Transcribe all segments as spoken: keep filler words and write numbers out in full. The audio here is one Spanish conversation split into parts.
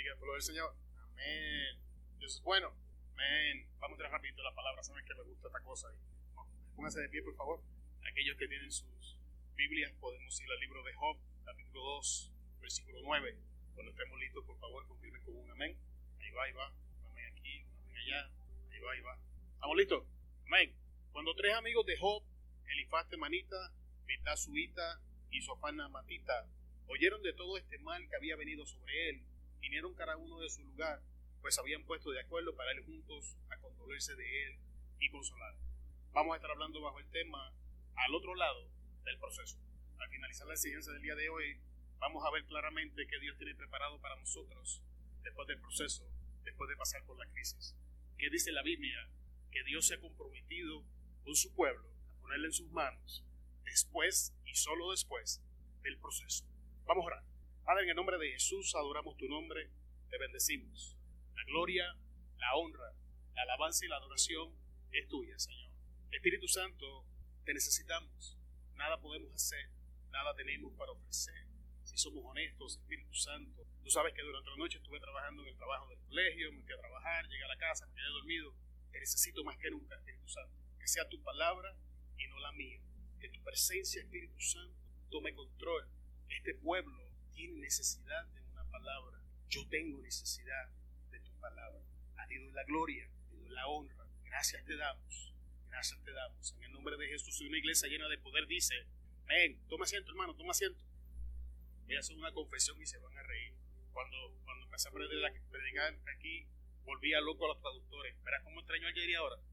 bendiga el pueblo del Señor. Amén. Dios es bueno. Amén. Vamos a traer rapidito la palabra. Saben que me gusta esta cosa. No, pónganse de pie, por favor. Aquellos que tienen sus Biblias, podemos ir al libro de Job, capítulo dos, versículo nueve. Cuando estemos listos, por favor, confirmen con un amén. Ahí va, ahí va. Un amén aquí, un amén allá. Ahí va, ahí va. ¿Estamos listos? Amén. Cuando tres amigos de Job, Elifaz temanita, Bildad suita y Zophar naamatita, oyeron de todo este mal que había venido sobre él, vinieron cada uno de su lugar, pues habían puesto de acuerdo para ir juntos a condolerse de él y consolar. Vamos a estar hablando bajo el tema al otro lado del proceso. Al finalizar la enseñanza del día de hoy, vamos a ver claramente qué Dios tiene preparado para nosotros después del proceso, después de pasar por la crisis. ¿Qué dice la Biblia? Que Dios se ha comprometido con su pueblo a ponerle en sus manos después y solo después del proceso. Vamos a orar. Padre, en el nombre de Jesús, adoramos tu nombre, te bendecimos. La gloria, la honra, la alabanza y la adoración es tuya, Señor. Espíritu Santo, te necesitamos. Nada podemos hacer, nada tenemos para ofrecer. Si somos honestos, Espíritu Santo, tú sabes que durante la noche estuve trabajando en el trabajo del colegio, me fui a trabajar, llegué a la casa, me quedé dormido. Te necesito más que nunca, Espíritu Santo. Que sea tu palabra y no la mía. Que tu presencia, Espíritu Santo, tome control. Este pueblo tiene necesidad de una palabra. Yo tengo necesidad de tu palabra. A ti doy la gloria, te doy la honra. Gracias te damos. Gracias te damos. En el nombre de Jesús, y una iglesia llena de poder dice, ven, toma asiento, hermano, toma asiento. Voy a hacer una confesión y se van a reír. Cuando, cuando empecé a predicar aquí, volvía loco a los traductores. Verás cómo extraño ayer y ahora.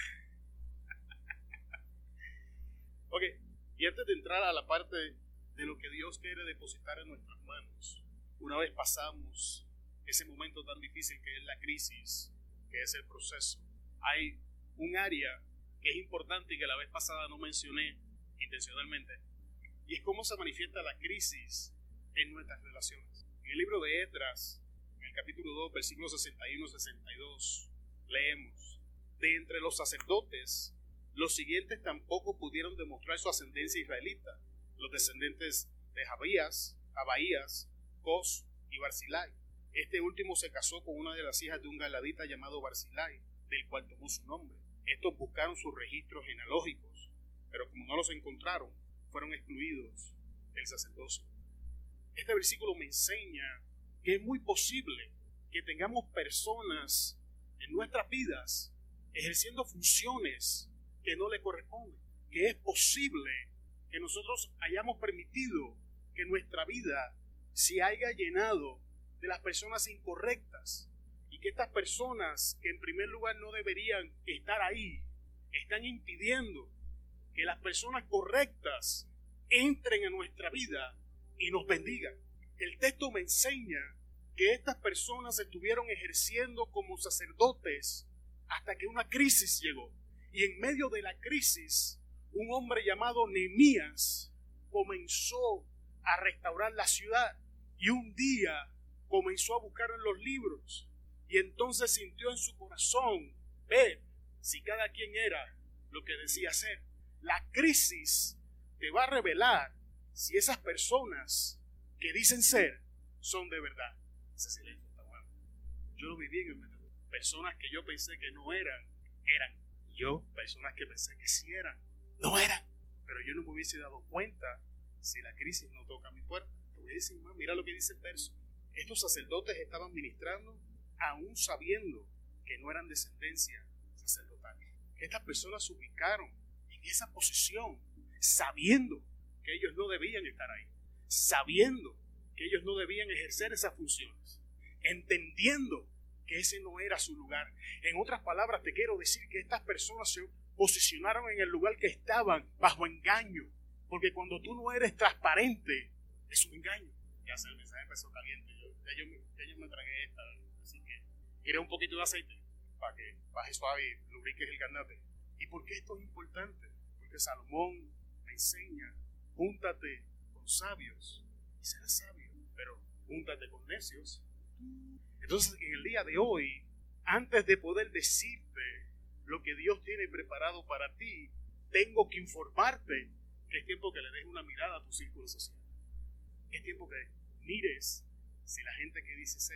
Ok, y antes de entrar a la parte de lo que Dios quiere depositar en nuestras manos, una vez pasamos ese momento tan difícil que es la crisis, que es el proceso, hay un área que es importante y que la vez pasada no mencioné intencionalmente, y es cómo se manifiesta la crisis en nuestras relaciones. En el libro de Esdras, en el capítulo dos, versículos sesenta y uno a sesenta y dos, leemos: de entre los sacerdotes, los siguientes tampoco pudieron demostrar su ascendencia israelita, los descendientes de Jabías, Abaías, Cos y Barzilai. Este último se casó con una de las hijas de un galadita llamado Barzilai, del cual tomó su nombre. Estos buscaron sus registros genealógicos, pero como no los encontraron, fueron excluidos del sacerdocio. Este versículo me enseña que es muy posible que tengamos personas en nuestras vidas ejerciendo funciones que no le corresponden, que es posible que nosotros hayamos permitido que nuestra vida se haya llenado de las personas incorrectas y que estas personas que en primer lugar no deberían estar ahí están impidiendo que las personas correctas entren en nuestra vida y nos bendigan. El texto me enseña que estas personas estuvieron ejerciendo como sacerdotes hasta que una crisis llegó. Y en medio de la crisis, un hombre llamado Nehemías comenzó a restaurar la ciudad. Y un día comenzó a buscar en los libros. Y entonces sintió en su corazón ver si cada quien era lo que decía ser. La crisis te va a revelar si esas personas que dicen ser son de verdad. Ese silencio está bueno. Yo lo viví en el método. Personas que yo pensé que no eran, eran. Yo, personas que pensé que sí eran, no eran. Pero yo no me hubiese dado cuenta si la crisis no toca mi puerta. Te voy a decir más, mira lo que dice el verso. Estos sacerdotes estaban ministrando aún sabiendo que no eran descendencia sacerdotal. Estas personas se ubicaron en esa posición sabiendo que ellos no debían estar ahí, sabiendo que ellos no debían ejercer esas funciones, entendiendo que ese no era su lugar. En otras palabras, te quiero decir que estas personas se posicionaron en el lugar que estaban bajo engaño, porque cuando tú no eres transparente, es un engaño. Ya sé, el mensaje empezó caliente, yo, ya, yo, ya yo me tragué esta, así que iré un poquito de aceite para que baje suave y lubriques el garnate. ¿Y por qué esto es importante? Porque Salomón me enseña, júntate con sabios y serás sabio, pero júntate con necios. Entonces, en el día de hoy, antes de poder decirte lo que Dios tiene preparado para ti, tengo que informarte que es tiempo que le des una mirada a tu círculo social. Es tiempo que mires si la gente que dice ser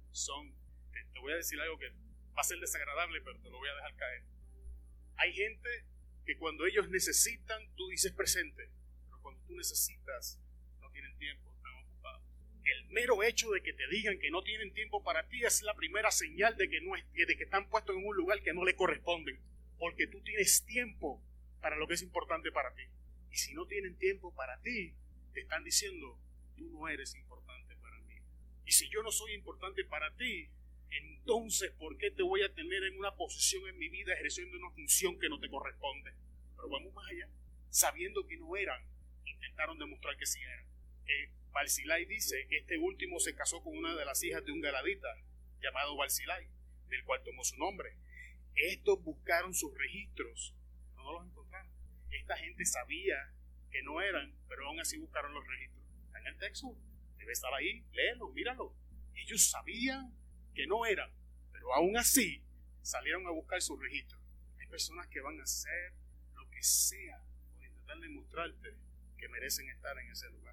son, te, te voy a decir algo que va a ser desagradable, pero te lo voy a dejar caer. Hay gente que cuando ellos necesitan, tú dices presente, pero cuando tú necesitas, no tienen tiempo, están ocupados. El mero hecho de que te digan que no tienen tiempo para ti es la primera señal de que, no es, de que están puestos en un lugar que no le corresponden, porque tú tienes tiempo para lo que es importante para ti. Y si no tienen tiempo para ti, te están diciendo, tú no eres importante para mí. Y si yo no soy importante para ti, entonces, ¿por qué te voy a tener en una posición en mi vida ejerciendo una función que no te corresponde? Pero vamos más allá. Sabiendo que no eran, intentaron demostrar que sí eran. Eh, Barzillai dice que este último se casó con una de las hijas de un galadita llamado Barzillai, del cual tomó su nombre. Estos buscaron sus registros, pero no los encontraron. Esta gente sabía que no eran, pero aún así buscaron los registros. Está en el texto, debe estar ahí, léelo, míralo. Ellos sabían que no eran, pero aún así salieron a buscar sus registros. Hay personas que van a hacer lo que sea por intentar demostrarte que merecen estar en ese lugar.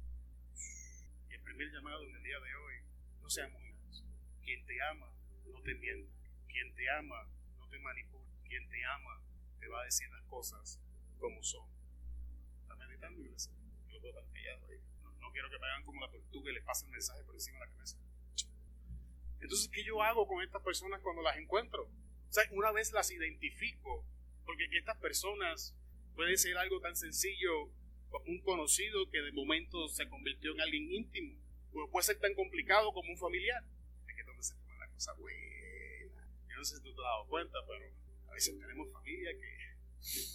Y el primer llamado en el día de hoy, no seamos ingratos. Quien te ama no te miente, quien te ama no te manipula, quien te ama te va a decir las cosas como son. ¿Estás meditando, iglesia? Yo puedo estar callado ahí. No, no quiero que me hagan como la tortuga y les pasen el mensaje por encima de la cabeza. Entonces, ¿qué yo hago con estas personas cuando las encuentro? O sea, una vez las identifico, porque estas personas puede ser algo tan sencillo como un conocido que de momento se convirtió en alguien íntimo, o puede ser tan complicado como un familiar. Es que es donde se toma la cosa buena. Yo no sé si tú te has dado cuenta, pero a veces tenemos familia que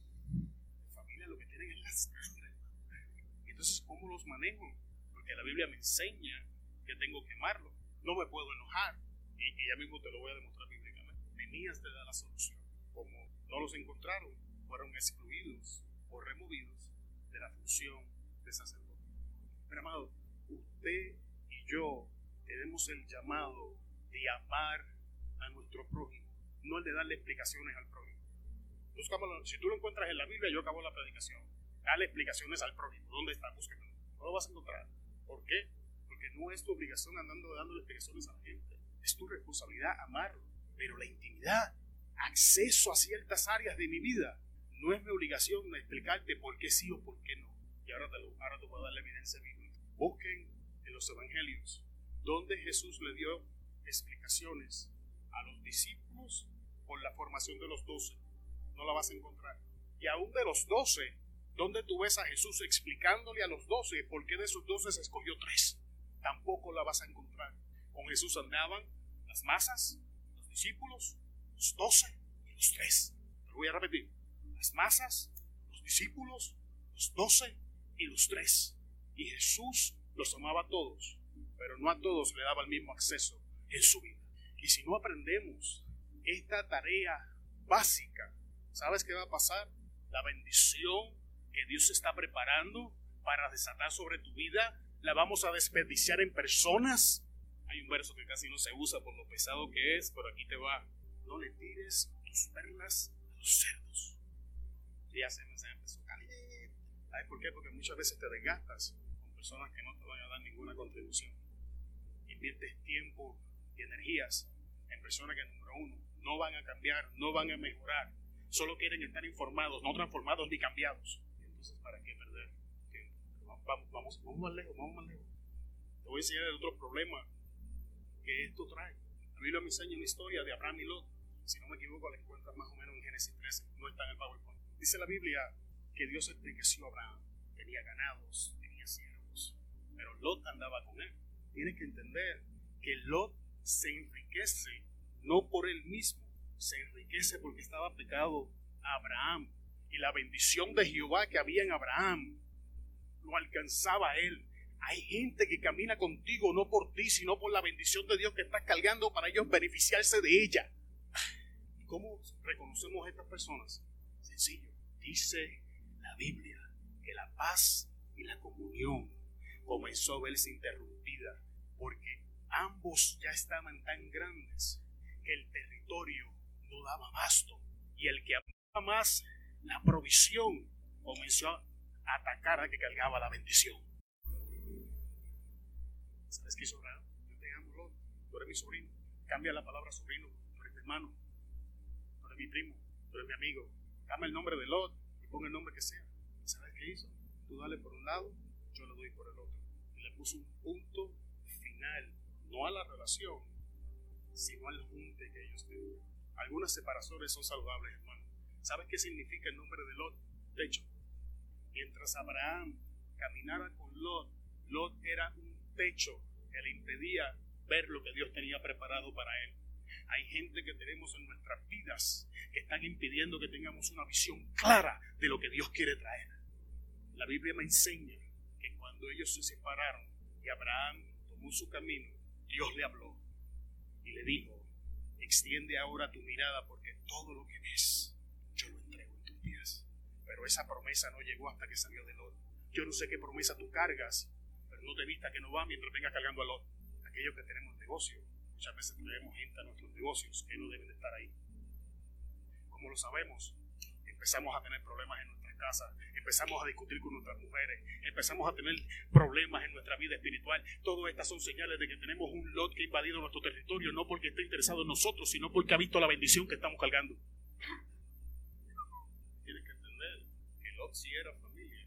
familia lo que tienen es la sangre. Entonces, ¿cómo los manejo? Porque la Biblia me enseña que tengo que amarlo. No me puedo enojar, y, y ya mismo te lo voy a demostrar bíblicamente. Nehemías te da la solución. Como no los encontraron, fueron excluidos o removidos de la función de sacerdote. Pero amado, usted y yo tenemos el llamado de amar a nuestro prójimo, no el de darle explicaciones al prójimo. Entonces, si tú lo encuentras en la Biblia, yo acabo la predicación. Dale explicaciones al prójimo. ¿Dónde está? Búsquelo. No lo vas a encontrar. ¿Por qué? Porque no es tu obligación andando dando explicaciones a la gente. Es tu responsabilidad amarlo. Pero la intimidad, acceso a ciertas áreas de mi vida, no es mi obligación explicarte por qué sí o por qué no. Y ahora te, lo, ahora te voy a dar la evidencia bíblica. Busquen en los evangelios donde Jesús le dio explicaciones a los discípulos por la formación de los doce. No la vas a encontrar. Y aún de los doce, donde tú ves a Jesús explicándole a los doce por qué de esos doce se escogió tres. Tampoco la vas a encontrar. Con Jesús andaban las masas, los discípulos, los doce y los tres. Lo voy a repetir. Las masas, los discípulos, los doce y los tres. Y Jesús los amaba a todos, pero no a todos le daba el mismo acceso en su vida. Y si no aprendemos esta tarea básica, ¿sabes qué va a pasar? La bendición que Dios está preparando para desatar sobre tu vida la vamos a desperdiciar en personas. Hay un verso que casi no se usa por lo pesado que es, pero aquí te va. No le tires tus perlas a los cerdos. Ya se me empezó caliente. ¿Sabes por qué? Porque muchas veces te desgastas con personas que no te van a dar ninguna contribución. Inviertes tiempo y energías en personas que, número uno, no van a cambiar, no van a mejorar. Solo quieren estar informados, no transformados ni cambiados. Entonces, ¿para qué perder tiempo? Vamos, vamos, vamos más lejos, vamos más lejos. Te voy a enseñar el otro problema que esto trae. La Biblia me enseña una historia de Abraham y Lot. Si no me equivoco, la encuentras más o menos en Génesis trece. No está en el PowerPoint. Dice la Biblia que Dios enriqueció a Abraham. Tenía ganados, tenía siervos. Pero Lot andaba con él. Tienes que entender que Lot se enriquece no por él mismo. Se enriquece porque estaba pegado a Abraham. Y la bendición de Jehová que había en Abraham lo alcanzaba a él. Hay gente que camina contigo no por ti, sino por la bendición de Dios que estás cargando para ellos beneficiarse de ella. ¿Y cómo reconocemos a estas personas? Sencillo. Dice la Biblia que la paz y la comunión comenzó a verse interrumpida porque ambos ya estaban tan grandes que el territorio no daba abasto. Y el que amaba más la provisión comenzó a atacar a que cargaba la bendición. ¿Sabes qué hizo Abraham? Yo te amo, Lot. Tú mi sobrino. Cambia la palabra sobrino. Tú eres mi hermano, tú eres mi primo, tú eres mi amigo. Cambia el nombre de Lot y pon el nombre que sea. ¿Sabes qué hizo? Tú dale por un lado, yo le doy por el otro. Y le puso un punto final, no a la relación, sino al junte que ellos tenían. Algunas separaciones son saludables, hermano. ¿Sabes qué significa el nombre de Lot? Techo. Mientras Abraham caminara con Lot, Lot era un techo que le impedía ver lo que Dios tenía preparado para él. Hay gente que tenemos en nuestras vidas que están impidiendo que tengamos una visión clara de lo que Dios quiere traer. La Biblia me enseña que cuando ellos se separaron y Abraham tomó su camino, Dios le habló y le dijo: extiende ahora tu mirada, porque todo lo que ves yo lo entrego en tus pies. Pero esa promesa no llegó hasta que salió de Lot. Yo no sé qué promesa tú cargas, pero no te vista que no va mientras vengas cargando a Lot. Aquellos que tenemos negocio, muchas veces traemos gente a nuestros negocios que no deben de estar ahí. ¿Cómo lo sabemos? Empezamos a tener problemas en nuestras casas, empezamos a discutir con nuestras mujeres, empezamos a tener problemas en nuestra vida espiritual. Todas estas son señales de que tenemos un Lot que ha invadido nuestro territorio, no porque esté interesado en nosotros, sino porque ha visto la bendición que estamos cargando. Tienes que entender que Lot sí era familia,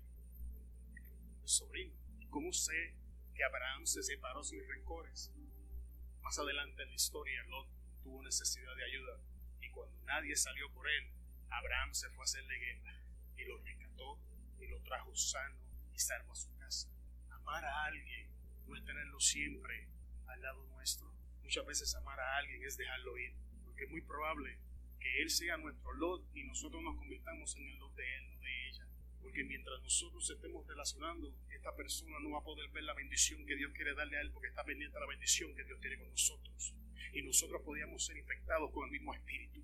el sobrino. ¿Cómo sé que Abraham se separó sin rencores? Más adelante en la historia, Lot tuvo necesidad de ayuda, y cuando nadie salió por él, Abraham se fue a hacerle guerra y lo rescató y lo trajo sano y salvo a su casa. Amar a alguien no es tenerlo siempre al lado nuestro. Muchas veces amar a alguien es dejarlo ir, porque es muy probable que él sea nuestro Lot y nosotros nos convirtamos en el Lot de él, no de ella. Porque mientras nosotros estemos relacionando, esta persona no va a poder ver la bendición que Dios quiere darle a él, porque está pendiente de la bendición que Dios tiene con nosotros. Y nosotros podríamos ser infectados con el mismo espíritu.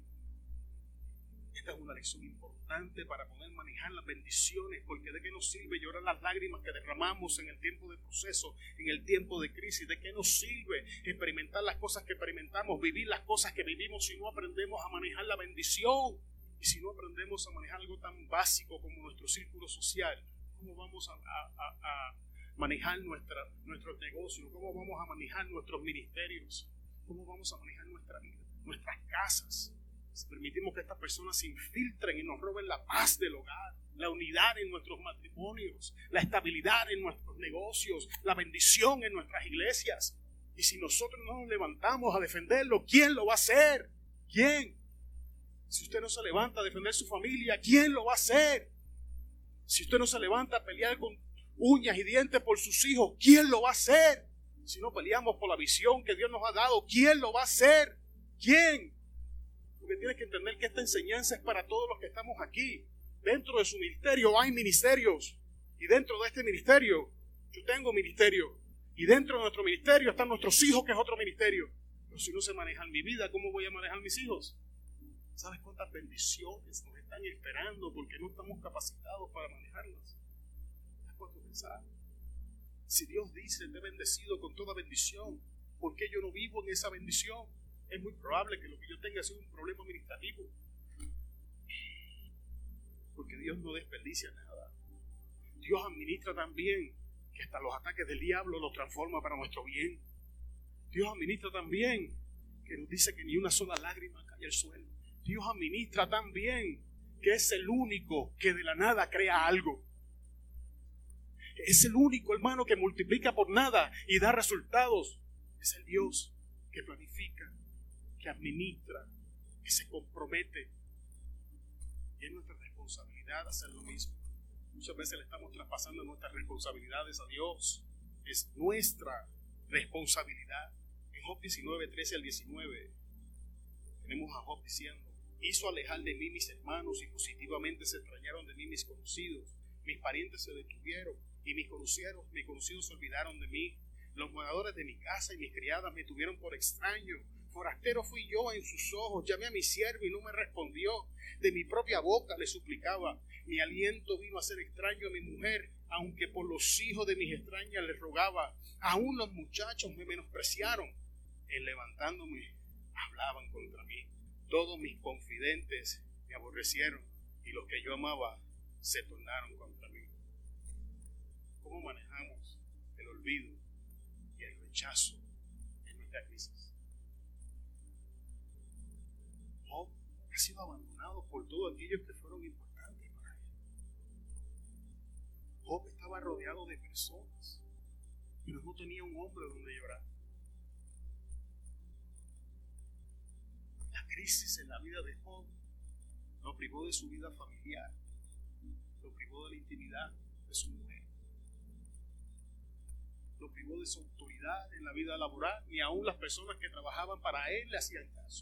Esta es una lección importante para poder manejar las bendiciones, porque ¿de qué nos sirve llorar las lágrimas que derramamos en el tiempo de proceso, en el tiempo de crisis? ¿De qué nos sirve experimentar las cosas que experimentamos, vivir las cosas que vivimos, si no aprendemos a manejar la bendición? Y si no aprendemos a manejar algo tan básico como nuestro círculo social, ¿cómo vamos a, a, a, a manejar nuestra, nuestros negocios? ¿Cómo vamos a manejar nuestros ministerios? ¿Cómo vamos a manejar nuestra vida, nuestras casas? Si permitimos que estas personas se infiltren y nos roben la paz del hogar, la unidad en nuestros matrimonios, la estabilidad en nuestros negocios, la bendición en nuestras iglesias. Y si nosotros no nos levantamos a defenderlo, ¿quién lo va a hacer? ¿Quién? Si usted no se levanta a defender su familia, ¿quién lo va a hacer? Si usted no se levanta a pelear con uñas y dientes por sus hijos, ¿quién lo va a hacer? Si no peleamos por la visión que Dios nos ha dado, ¿quién lo va a hacer? ¿Quién? Porque tienes que entender que esta enseñanza es para todos los que estamos aquí. Dentro de su ministerio hay ministerios. Y dentro de este ministerio, yo tengo ministerio. Y dentro de nuestro ministerio están nuestros hijos, que es otro ministerio. Pero si no se maneja mi vida, ¿cómo voy a manejar mis hijos? ¿Sabes cuántas bendiciones nos están esperando porque no estamos capacitados para manejarlas? ¿Te has puesto a pensar? Si Dios dice, te he bendecido con toda bendición, ¿por qué yo no vivo en esa bendición? Es muy probable que lo que yo tenga sea un problema administrativo. Porque Dios no desperdicia nada. Dios administra tan bien que hasta los ataques del diablo los transforma para nuestro bien. Dios administra tan bien que nos dice que ni una sola lágrima cae al suelo. Dios administra tan bien que es el único que de la nada crea algo. Es el único, hermano, que multiplica por nada y da resultados. Es el Dios que planifica, que administra, que se compromete. Y es nuestra responsabilidad hacer lo mismo. Muchas veces le estamos traspasando nuestras responsabilidades a Dios. Es nuestra responsabilidad. En Job diecinueve, trece al diecinueve, tenemos a Job diciendo: hizo alejar de mí mis hermanos, y positivamente se extrañaron de mí mis conocidos. Mis parientes se detuvieron, y mis conocidos, mis conocidos se olvidaron de mí. Los moradores de mi casa y mis criadas me tuvieron por extraño. Forastero fui yo en sus ojos. Llamé a mi siervo y no me respondió. De mi propia boca le suplicaba. Mi aliento vino a ser extraño a mi mujer, aunque por los hijos de mis extrañas les rogaba. Aún los muchachos me menospreciaron. En levantándome hablaban contra mí. Todos mis confidentes me aborrecieron, y los que yo amaba se tornaron contra mí. ¿Cómo manejamos el olvido y el rechazo en nuestra crisis? por todos aquellos que fueron importantes para él. Job estaba rodeado de personas, pero no tenía un hombre donde llorar. La crisis en la vida de Job lo privó de su vida familiar, lo privó de la intimidad de su mujer, lo privó de su autoridad en la vida laboral, ni aún las personas que trabajaban para él le hacían caso.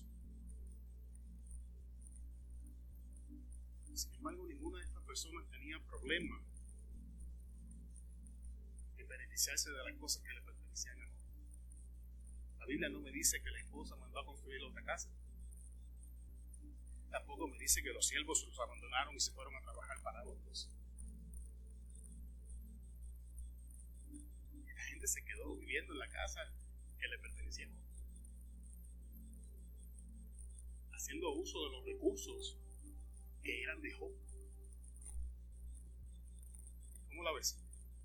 Sin embargo, ninguna de estas personas tenía problema en beneficiarse de las cosas que le pertenecían a Job. La Biblia no me dice que la esposa mandó a construir otra casa. Tampoco me dice que los siervos los abandonaron y se fueron a trabajar para otros. Y la gente se quedó viviendo en la casa que le pertenecía a Job, haciendo uso de los recursos que eran de Job. ¿Cómo la ves?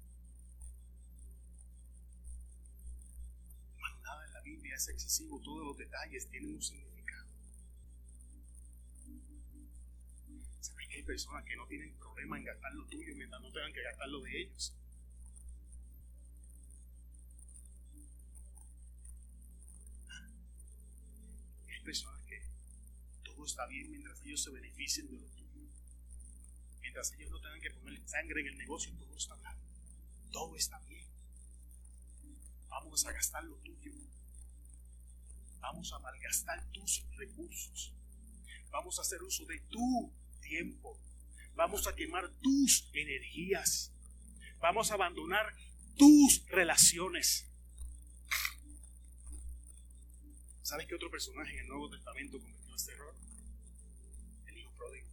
Hermano, nada en la Biblia es excesivo, todos los detalles tienen un significado. ¿Sabes que hay personas que no tienen problema en gastar lo tuyo mientras no tengan que gastar lo de ellos? Hay personas que todo está bien mientras ellos se beneficien de lo tuyo. Mientras ellos no tengan que poner sangre en el negocio, todo está bien. Todo está bien. Vamos a gastar lo tuyo. Vamos a malgastar tus recursos. Vamos a hacer uso de tu tiempo. Vamos a quemar tus energías. Vamos a abandonar tus relaciones. ¿Sabes qué otro personaje en el Nuevo Testamento cometió este error? El hijo pródigo.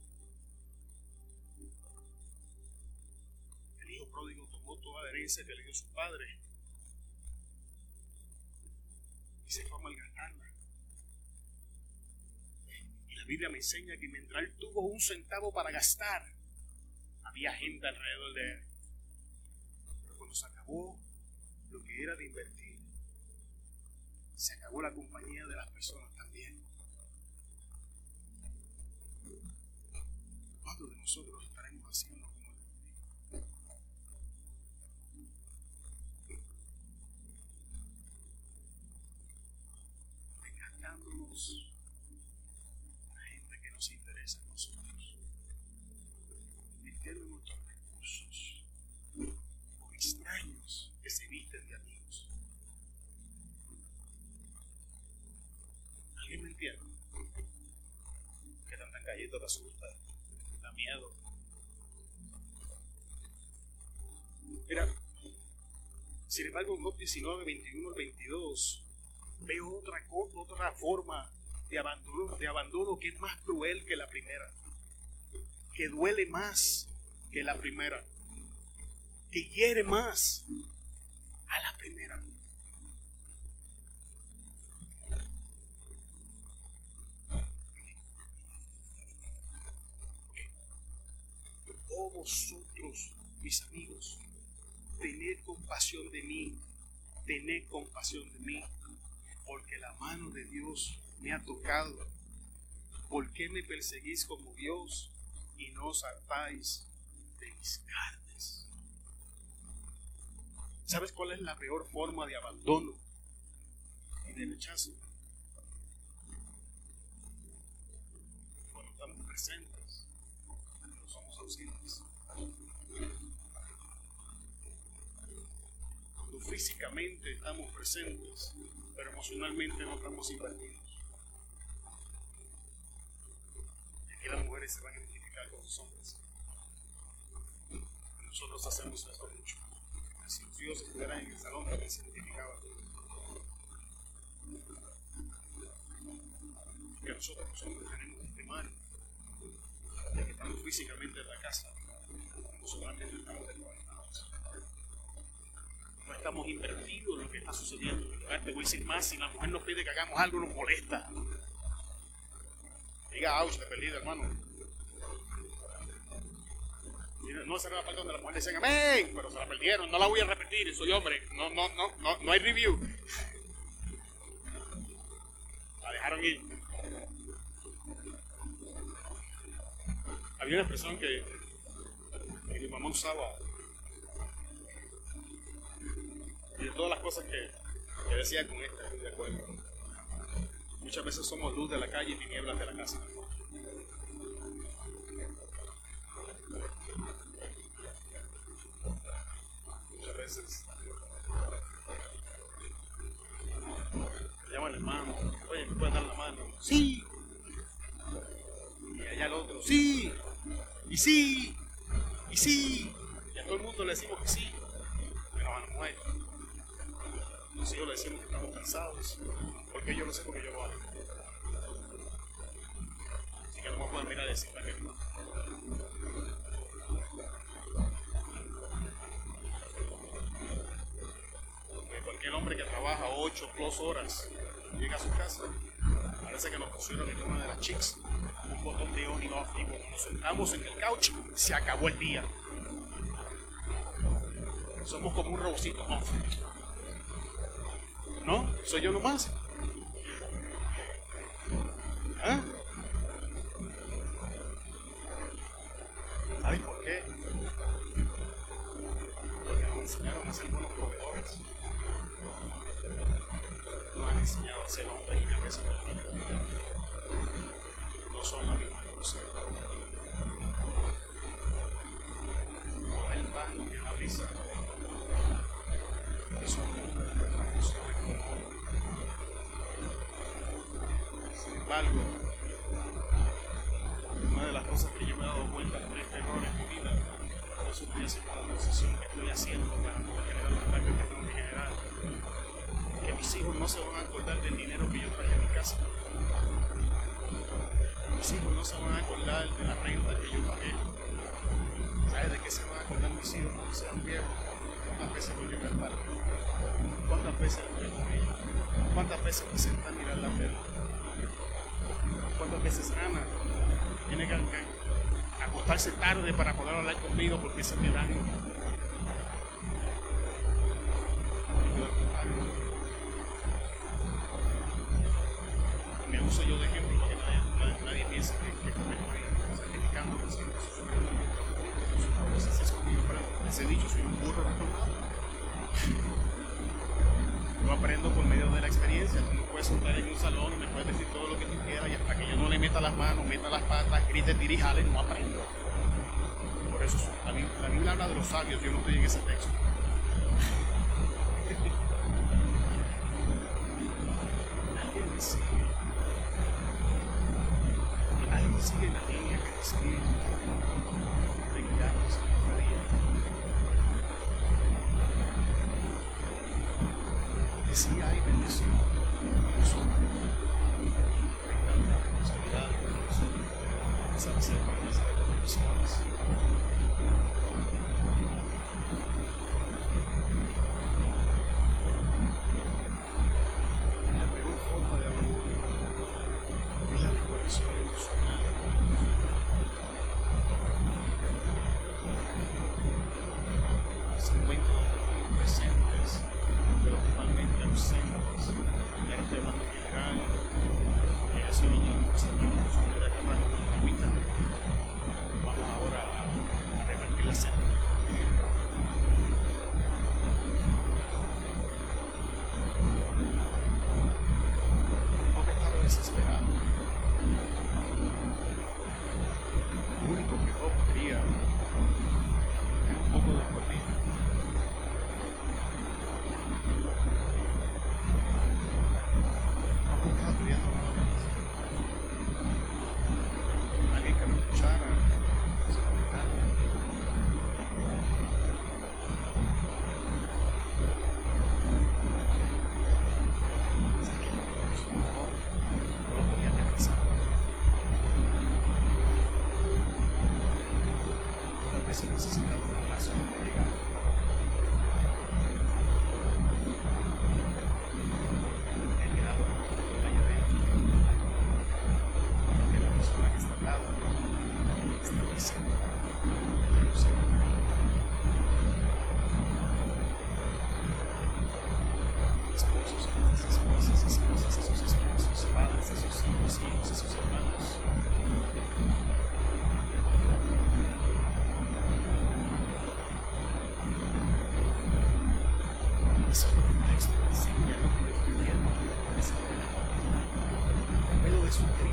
El hijo pródigo tomó toda la herencia que le dio su padre y se fue a malgastarla. Y la Biblia me enseña que mientras él tuvo un centavo para gastar, había gente alrededor de él. Pero cuando se acabó lo que era de invertir, se acabó la compañía de las personas también. ¿Cuántos de nosotros estaremos haciendo como el pródigo? Desgastándonos la gente que nos interesa a nosotros, invirtiendo nuestros recursos con extraños que se visten de amigos. ¿Alguien me entiende? ¿Qué tanta galleta te asusta? ¿Te da miedo? Mira, sin embargo, en Job diecinueve, veintiuno al veintidós, veo otra, otra forma de abandono, de abandono que es más cruel que la primera, que duele más que la primera, que hiere más a la primera. Oh vosotros, mis amigos, tened compasión de mí, tened compasión de mí, porque la mano de Dios me ha tocado. ¿Por qué me perseguís como Dios y no os hartáis de mis carnes? ¿Sabes cuál es la peor forma de abandono y de rechazo? Cuando estamos presentes, cuando somos ausentes. Cuando físicamente estamos presentes, pero emocionalmente no estamos invertidos. Y aquí las mujeres se van a identificar con los hombres. Nosotros hacemos esto mucho. Si los hijos estuvieran en el salón, también se identificaban. Que nosotros los hombres tenemos este mal de que estamos físicamente en la casa, emocionalmente estamos desconectados. No estamos invertidos en lo que está sucediendo. Te voy a decir más, si la mujer nos pide que hagamos algo, nos molesta. Diga, ouch, te he perdido, hermano. No esa era la parte donde la mujer decía amén, pero se la perdieron, no la voy a repetir, soy hombre, no, no, no, no, no hay review. La dejaron ir. Había una expresión que, que mi mamá usaba, y de todas las cosas que, que decía con esta, estoy de acuerdo. Muchas veces somos luz de la calle y tinieblas de la casa. Muchas veces me llaman el hermano, oye, ¿me puedes dar la mano? Sí. Y allá el otro, sí. Y sí. Y sí. Y a todo el mundo le decimos que sí. Pero a la mujer. Los hijos le decimos que estamos cansados. Porque yo no sé por qué yo lo hago. Así que no me pueden mirar y decir que no. Porque cualquier hombre que trabaja ocho plus horas llega a su casa, parece que nos pusieron en una de las chicks un botón de on y off, y cuando nos sentamos en el couch se acabó el día. Somos como un robocito off. ¿No? ¿Soy yo nomás? ¿Ah? ¿Sabes por qué? Porque nos enseñaron a ser buenos proveedores. Nos han enseñado a ser hombres y cabeza de familia. No son la misma cosa. Mover el pan en la brisa. Eso no funciona como hombre. Sin embargo, una de las cosas que yo me he dado cuenta de este error en mi vida, por eso estoy haciendo la transición que estoy haciendo para poder generar los cambios que tengo que generar, que mis hijos no se van a acordar del dinero que yo traje a mi casa. Mis hijos no se van a acordar de la renta que yo pagué. ¿Sabes de qué se van a acordar mis hijos cuando sean viejos? ¿Cuántas veces voy a al parque? ¿Cuántas veces voy con ellos? ¿Cuántas veces me senté a mirar la tele? ¿Cuántas veces Ana tiene que acostarse tarde para poder hablar conmigo porque ese es mi horario? Me uso yo de ejemplo para que nadie, nadie, nadie piense que, que me estoy certificando que soy a veces es conmigo, pero les he dicho, soy un burro reformado. Yo aprendo por medio de la experiencia. Tú me puedes sentar en un salón y me puedes decir todo lo que tú quieras y hasta que yo no le meta las manos, meta las patas, grite, tire y jale, no aprendo. Por eso la Biblia, la Biblia habla de los sabios, yo no estoy en ese texto. Alguien me sigue. Alguien sigue la línea que describe de guiarnos en cada día. Que sí hay bendición, eso hay tanta responsabilidad de nosotros, empezar a hacer promesas de bendiciones. La peor forma de amor es la desconexión emocional. Es el momento donde estamos presentes, pero totalmente ausentes.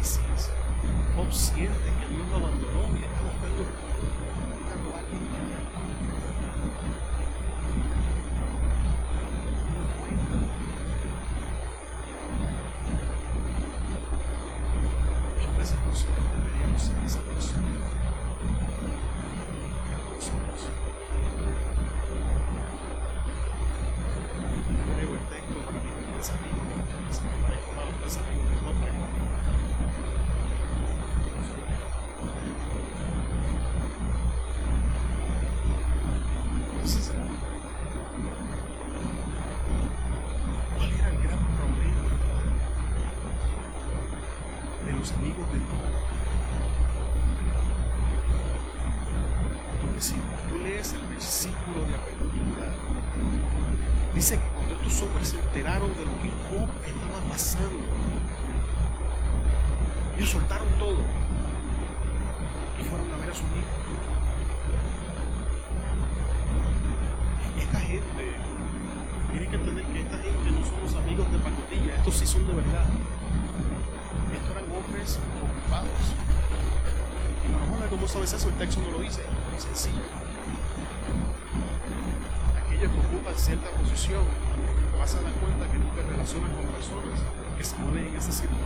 crisis, Job siente que Dios lo abandonó y está buscando, buscando a alguien que le muchas veces nosotros deberíamos ser esa persona que nosotros. Yo leo el texto para mí como tres amigos, se me parece como a los tres amigos de Job que ¿cuál era el gran problema de los amigos de Job? Porque si tú lees el versículo de apertura, dice que cuando estos hombres se enteraron de lo que Job estaba pasando, ellos soltaron todo y fueron a ver a su amigo. Esta gente, tienen que entender que esta gente no son los amigos de pacotilla, estos sí son de verdad. Estos eran hombres ocupados. Y Ramona, ¿cómo sabes eso? El texto no lo dice, es muy sencillo. Aquellos que ocupan cierta posición vas a dar cuenta que no te relacionas con personas que se mueven en ese círculo.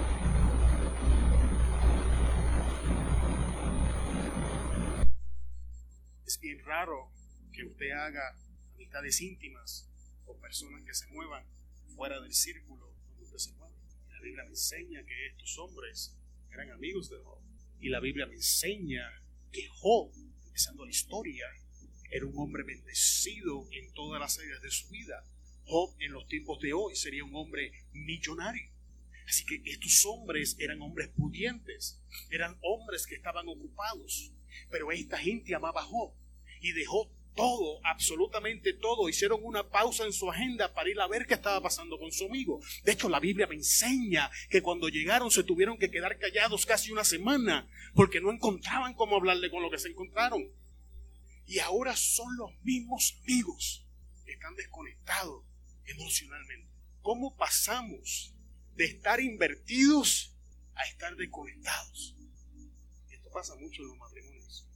Es bien raro que usted haga amistades íntimas o personas que se muevan fuera del círculo donde usted se mueve. La Biblia me enseña que estos hombres eran amigos de Job. Y la Biblia me enseña que Job, empezando la historia, era un hombre bendecido en todas las áreas de su vida. Job en los tiempos de hoy sería un hombre millonario. Así que estos hombres eran hombres pudientes, eran hombres que estaban ocupados. Pero esta gente amaba a Job y dejó todo, absolutamente todo. Hicieron una pausa en su agenda para ir a ver qué estaba pasando con su amigo. De hecho, la Biblia me enseña que cuando llegaron se tuvieron que quedar callados casi una semana porque no encontraban cómo hablarle con lo que se encontraron. Y ahora son los mismos amigos que están desconectados emocionalmente. ¿Cómo pasamos de estar invertidos a estar desconectados? Esto pasa mucho en los matrimonios.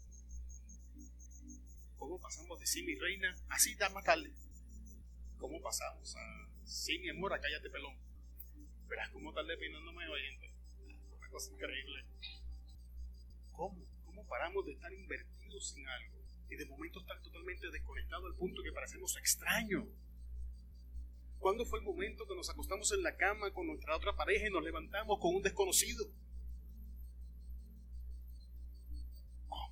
¿Cómo pasamos de sí, mi reina, así da más tarde? ¿Cómo pasamos a sí, mi amor, a cállate pelón? Verás cómo tarde peinándome hoy, gente. Una cosa increíble. ¿Cómo? ¿Cómo paramos de estar invertidos en algo y de momento estar totalmente desconectados al punto que parecemos extraños? ¿Cuándo fue el momento que nos acostamos en la cama con nuestra otra pareja y nos levantamos con un desconocido? ¿Cómo?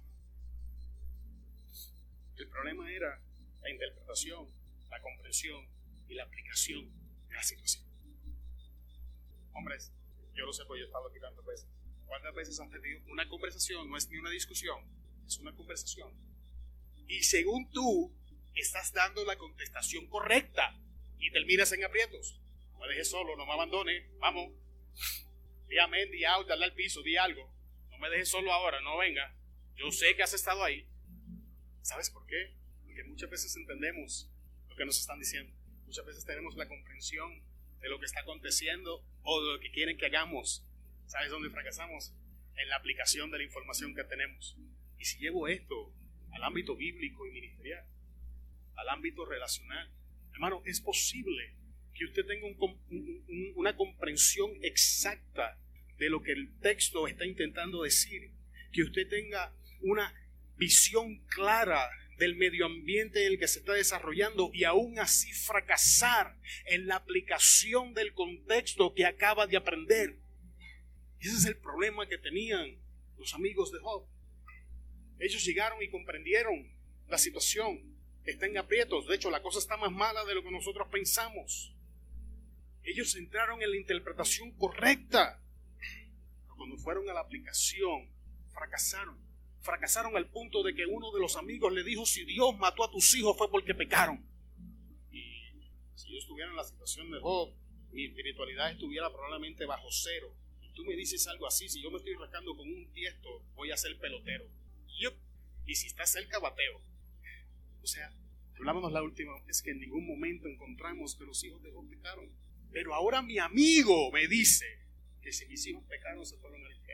El problema era la interpretación, la comprensión y la aplicación de la situación. Hombres, yo lo sé porque yo he estado aquí tantas veces. ¿Cuántas veces has tenido una conversación? No es ni una discusión, es una conversación. Y según tú, estás dando la contestación correcta y terminas en aprietos. No me dejes solo, no me abandones, vamos. Di amén, di out, dale al piso, di algo. No me dejes solo ahora, no venga. Yo sé que has estado ahí. ¿Sabes por qué? Porque muchas veces entendemos lo que nos están diciendo. Muchas veces tenemos la comprensión de lo que está aconteciendo o de lo que quieren que hagamos. ¿Sabes dónde fracasamos? En la aplicación de la información que tenemos. Y si llevo esto al ámbito bíblico y ministerial, al ámbito relacional, hermano, es posible que usted tenga un, un, una comprensión exacta de lo que el texto está intentando decir, que usted tenga una visión clara del medio ambiente en el que se está desarrollando y aún así fracasar en la aplicación del contexto que acaba de aprender. Ese es el problema que tenían los amigos de Job. Ellos llegaron y comprendieron la situación. Están en aprietos. De hecho, la cosa está más mala de lo que nosotros pensamos. Ellos entraron en la interpretación correcta. Pero cuando fueron a la aplicación, fracasaron. Fracasaron al punto de que uno de los amigos le dijo: si Dios mató a tus hijos fue porque pecaron. Y si yo estuviera en la situación de Job, mi espiritualidad estuviera probablemente bajo cero. Y tú me dices algo así: si yo me estoy rascando con un tiesto, voy a ser pelotero. Yup. Y si está cerca, bateo. O sea, hablábamos la última vez que en ningún momento encontramos que los hijos de Job pecaron. Pero ahora mi amigo me dice que si mis hijos pecaron se fueron al infierno.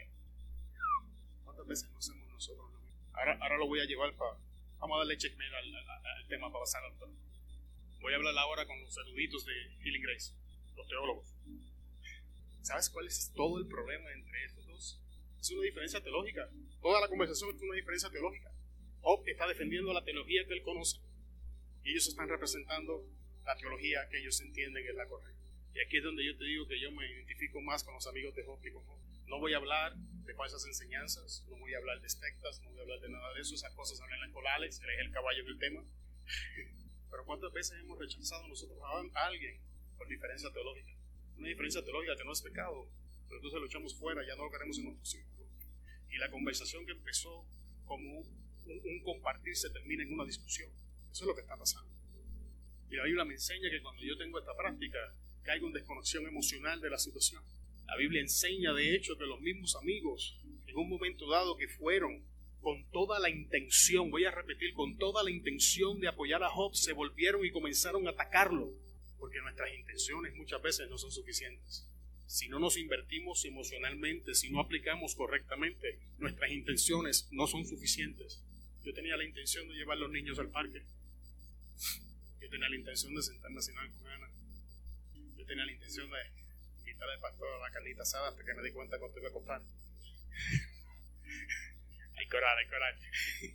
¿Cuántas veces no hacemos nosotros lo mismo? Ahora, ahora lo voy a llevar para... Vamos a darle checkmate al, al, al tema para pasar al tema. Voy a hablar ahora con los eruditos de Healing Grace, los teólogos. ¿Sabes cuál es todo el problema entre estos dos? Es una diferencia teológica. Toda la conversación es una diferencia teológica. Job está defendiendo la teología que él conoce y ellos están representando la teología que ellos entienden que es la correcta. Y aquí es donde yo te digo que yo me identifico más con los amigos de Job que con Job. No voy a hablar de falsas enseñanzas, no voy a hablar de sectas, no voy a hablar de nada de eso. Esas cosas hablan con Alex, él es el caballo en el tema. Pero ¿cuántas veces hemos rechazado nosotros a alguien por diferencia teológica? Una diferencia teológica que no es pecado, pero entonces lo echamos fuera, ya no lo queremos en nuestro círculo. Y la conversación que empezó como un, un, un compartir se termina en una discusión. Eso es lo que está pasando. Y la Biblia me enseña que cuando yo tengo esta práctica, caigo en desconexión emocional de la situación. La Biblia enseña de hecho que los mismos amigos, en un momento dado que fueron con toda la intención, voy a repetir, con toda la intención de apoyar a Job, se volvieron y comenzaron a atacarlo, porque nuestras intenciones muchas veces no son suficientes. Si no nos invertimos emocionalmente, si no aplicamos correctamente, nuestras intenciones no son suficientes. Yo tenía la intención de llevar a los niños al parque. Yo tenía la intención de sentarme a cenar con Ana. Yo tenía la intención de invitar al pastor a la carnita asada hasta que me di cuenta cuánto iba a costar. Hay que orar, hay que orar.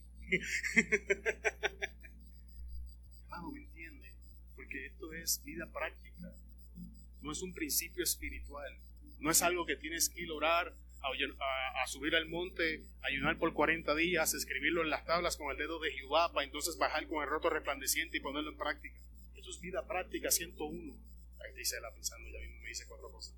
Hermano, ¿me entiende? Porque esto es vida práctica. No es un principio espiritual. No es algo que tienes que ir a orar, a, a, a subir al monte, ayunar por cuarenta días, escribirlo en las tablas con el dedo de Jehová, para entonces bajar con el roto resplandeciente y ponerlo en práctica. Eso es vida práctica ciento uno. Ahí dice la pensando, ya mismo me dice cuatro cosas.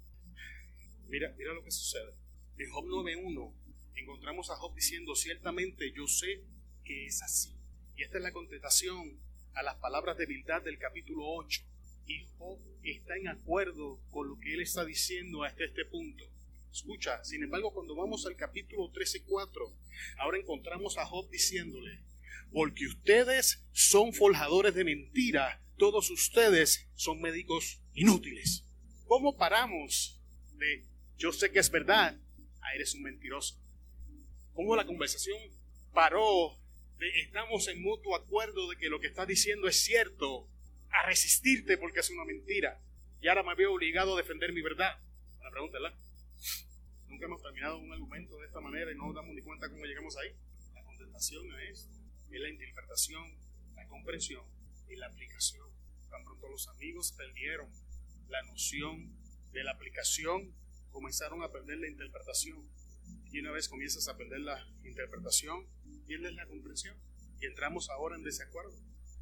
Mira, mira lo que sucede. En Job nueve uno encontramos a Job diciendo: ciertamente yo sé que es así. Y esta es la contestación a las palabras de Bildad del capítulo ocho. Y Job está en acuerdo con lo que él está diciendo hasta este punto. Escucha, sin embargo, cuando vamos al capítulo trece cuatro, ahora encontramos a Job diciéndole: porque ustedes son forjadores de mentira, todos ustedes son médicos inútiles. ¿Cómo paramos de yo sé que es verdad a eres un mentiroso? ¿Cómo la conversación paró de estamos en mutuo acuerdo de que lo que está diciendo es cierto, a resistirte porque es una mentira? Y ahora me veo obligado a defender mi verdad. Una pregunta, ¿verdad? Nunca hemos terminado un argumento de esta manera y no nos damos ni cuenta cómo llegamos ahí. La contestación a esto es la interpretación, la comprensión y la aplicación. Tan pronto los amigos perdieron la noción de la aplicación, comenzaron a perder la interpretación. Y una vez comienzas a perder la interpretación, pierdes la comprensión y entramos ahora en desacuerdo.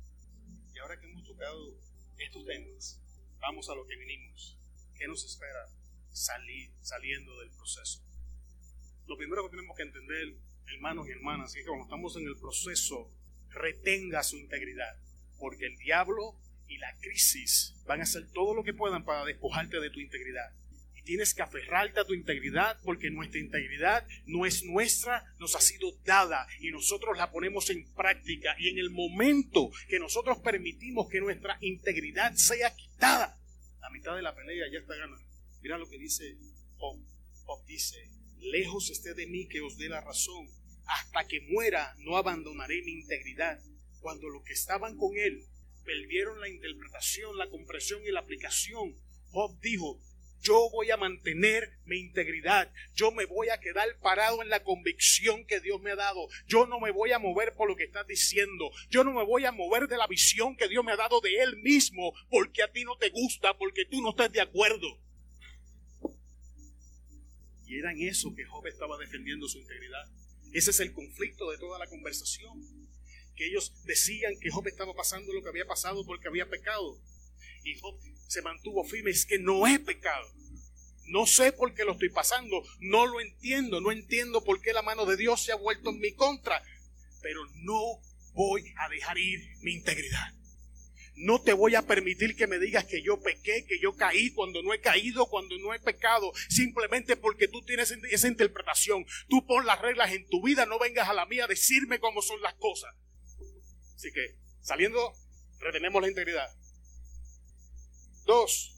Y ahora que hemos tocado estos temas, vamos a lo que vinimos. ¿Qué nos espera salir, saliendo del proceso? Lo primero que tenemos que entender, hermanos y hermanas, es que cuando estamos en el proceso, retenga su integridad, porque el diablo y la crisis van a hacer todo lo que puedan para despojarte de tu integridad. Y tienes que aferrarte a tu integridad, porque nuestra integridad no es nuestra, nos ha sido dada y nosotros la ponemos en práctica. Y en el momento que nosotros permitimos que nuestra integridad sea quitada, la mitad de la pelea ya está ganada. Mira lo que dice Job. Job dice: lejos esté de mí que os dé la razón, hasta que muera no abandonaré mi integridad. Cuando los que estaban con él perdieron la interpretación, la comprensión y la aplicación, Job dijo: yo voy a mantener mi integridad, yo me voy a quedar parado en la convicción que Dios me ha dado, yo no me voy a mover por lo que estás diciendo, yo no me voy a mover de la visión que Dios me ha dado de Él mismo, porque a ti no te gusta, porque tú no estás de acuerdo. Y era en eso que Job estaba defendiendo su integridad. Ese es el conflicto de toda la conversación, que ellos decían que Job estaba pasando lo que había pasado porque había pecado, y Job se mantuvo firme: es que no he pecado, no sé por qué lo estoy pasando, no lo entiendo, no entiendo por qué la mano de Dios se ha vuelto en mi contra, pero no voy a dejar ir mi integridad. No te voy a permitir que me digas que yo pequé, que yo caí cuando no he caído, cuando no he pecado, simplemente porque tú tienes esa interpretación. Tú pon las reglas en tu vida, no vengas a la mía a decirme cómo son las cosas. Así que, saliendo, retenemos la integridad. Dos,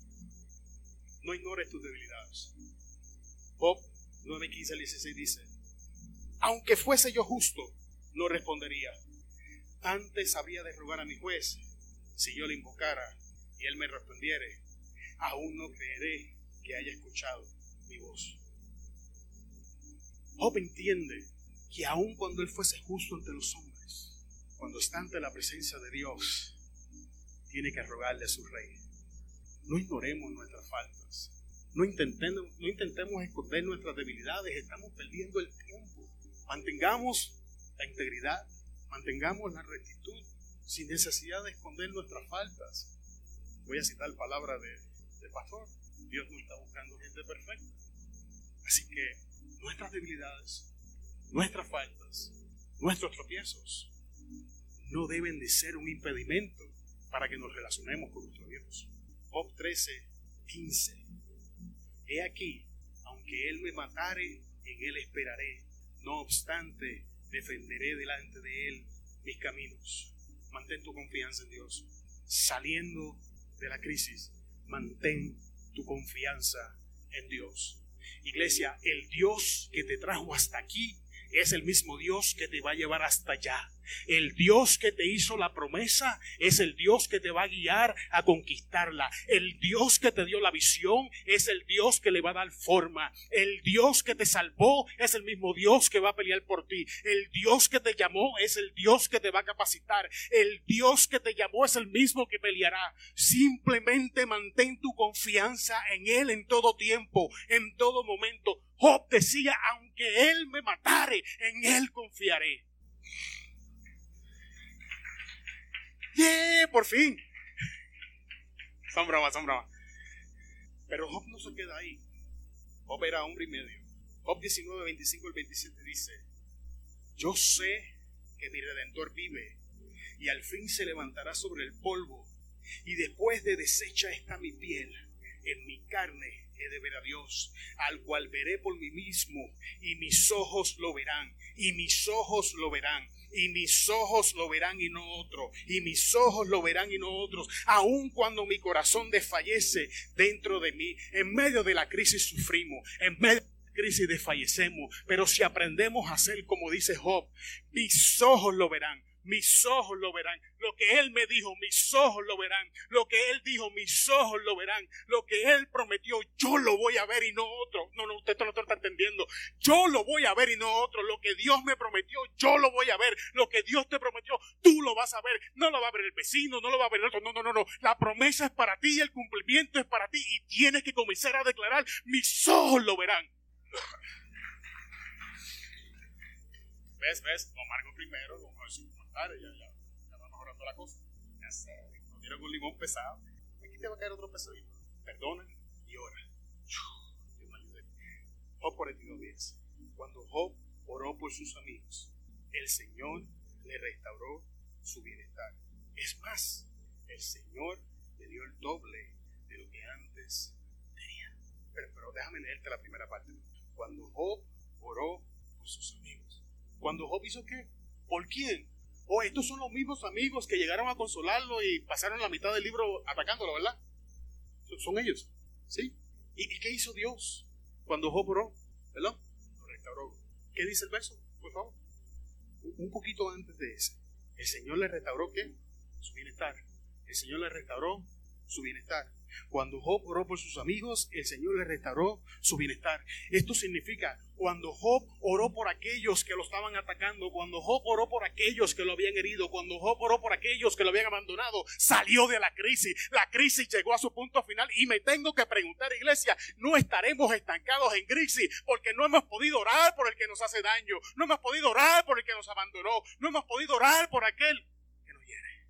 no ignores tus debilidades. Job nueve, quince al dieciséis dice: Aunque fuese yo justo, no respondería. Antes habría de rogar a mi juez, si yo le invocara y él me respondiere, aún no creeré que haya escuchado mi voz. Job entiende que aun cuando él fuese justo ante los hombres, cuando está ante la presencia de Dios, tiene que rogarle a su rey. No ignoremos nuestras faltas. No intentemos, no intentemos esconder nuestras debilidades. Estamos perdiendo el tiempo. Mantengamos la integridad. Mantengamos la rectitud sin necesidad de esconder nuestras faltas. Voy a citar palabra de, de pastor. Dios no está buscando gente perfecta. Así que nuestras debilidades, nuestras faltas, nuestros tropiezos no deben de ser un impedimento para que nos relacionemos con nuestro Dios. Job trece, quince. He aquí, aunque él me matare, en él esperaré. No obstante, defenderé delante de él mis caminos. Mantén tu confianza en Dios. Saliendo de la crisis, mantén tu confianza en Dios. Iglesia, el Dios que te trajo hasta aquí es el mismo Dios que te va a llevar hasta allá. El Dios que te hizo la promesa es el Dios que te va a guiar a conquistarla. El Dios que te dio la visión es el Dios que le va a dar forma. El Dios que te salvó es el mismo Dios que va a pelear por ti. El Dios que te llamó es el Dios que te va a capacitar. El Dios que te llamó es el mismo que peleará. Simplemente mantén tu confianza en Él en todo tiempo, en todo momento. Job decía, aunque Él me matare, en Él confiaré. ¡Yeah! Por fin. Son bromas, son bromas. Pero Job no se queda ahí. Job era hombre y medio. Job diecinueve, veinticinco al veintisiete dice: yo sé que mi Redentor vive y al fin se levantará sobre el polvo, y después de deshecha está mi piel, en mi carne he de ver a Dios, al cual veré por mí mismo, y mis ojos lo verán, y mis ojos lo verán, y mis ojos lo verán y no otro, y mis ojos lo verán y no otros, aun cuando mi corazón desfallece dentro de mí. En medio de la crisis sufrimos, en medio de la crisis desfallecemos, pero si aprendemos a hacer como dice Job, mis ojos lo verán, mis ojos lo verán. Lo que Él me dijo, mis ojos lo verán. Lo que Él dijo, mis ojos lo verán. Lo que Él prometió, yo lo voy a ver y no otro. No, no, usted no lo está entendiendo. Yo lo voy a ver y no otro. Lo que Dios me prometió, yo lo voy a ver. Lo que Dios te prometió, tú lo vas a ver. No lo va a ver el vecino, no lo va a ver el otro. No, no, no, no. La promesa es para ti y el cumplimiento es para ti. Y tienes que comenzar a declarar, mis ojos lo verán. ¿Ves? ¿Ves? Lo amargo primero, lo vamos a decir. Ya, ya, ya va mejorando la cosa. Ya sé, nos dieron un limón pesado. Aquí te va a caer otro pesadito. Perdona y ora. Dios me ayude. Job cuarenta y dos diez. Cuando Job oró por sus amigos, el Señor le restauró su bienestar. Es más, el Señor le dio el doble de lo que antes tenía. Pero, pero déjame leerte la primera parte. Cuando Job oró por sus amigos. Cuando Job hizo ¿qué? ¿Por quién? Oh, estos son los mismos amigos que llegaron a consolarlo y pasaron la mitad del libro atacándolo, ¿verdad? Son ellos, ¿sí? ¿Y qué hizo Dios cuando Job oró? ¿Verdad? Lo restauró. ¿Qué dice el verso? Por favor. Un poquito antes de ese. El Señor le restauró ¿qué? Su bienestar. El Señor le restauró su bienestar. Cuando Job oró por sus amigos, el Señor le restauró su bienestar. Esto significa, cuando Job oró por aquellos que lo estaban atacando, cuando Job oró por aquellos que lo habían herido, cuando Job oró por aquellos que lo habían abandonado, salió de la crisis. La crisis llegó a su punto final y me tengo que preguntar, iglesia, no estaremos estancados en crisis porque no hemos podido orar por el que nos hace daño, no hemos podido orar por el que nos abandonó, no hemos podido orar por aquel que nos hiere.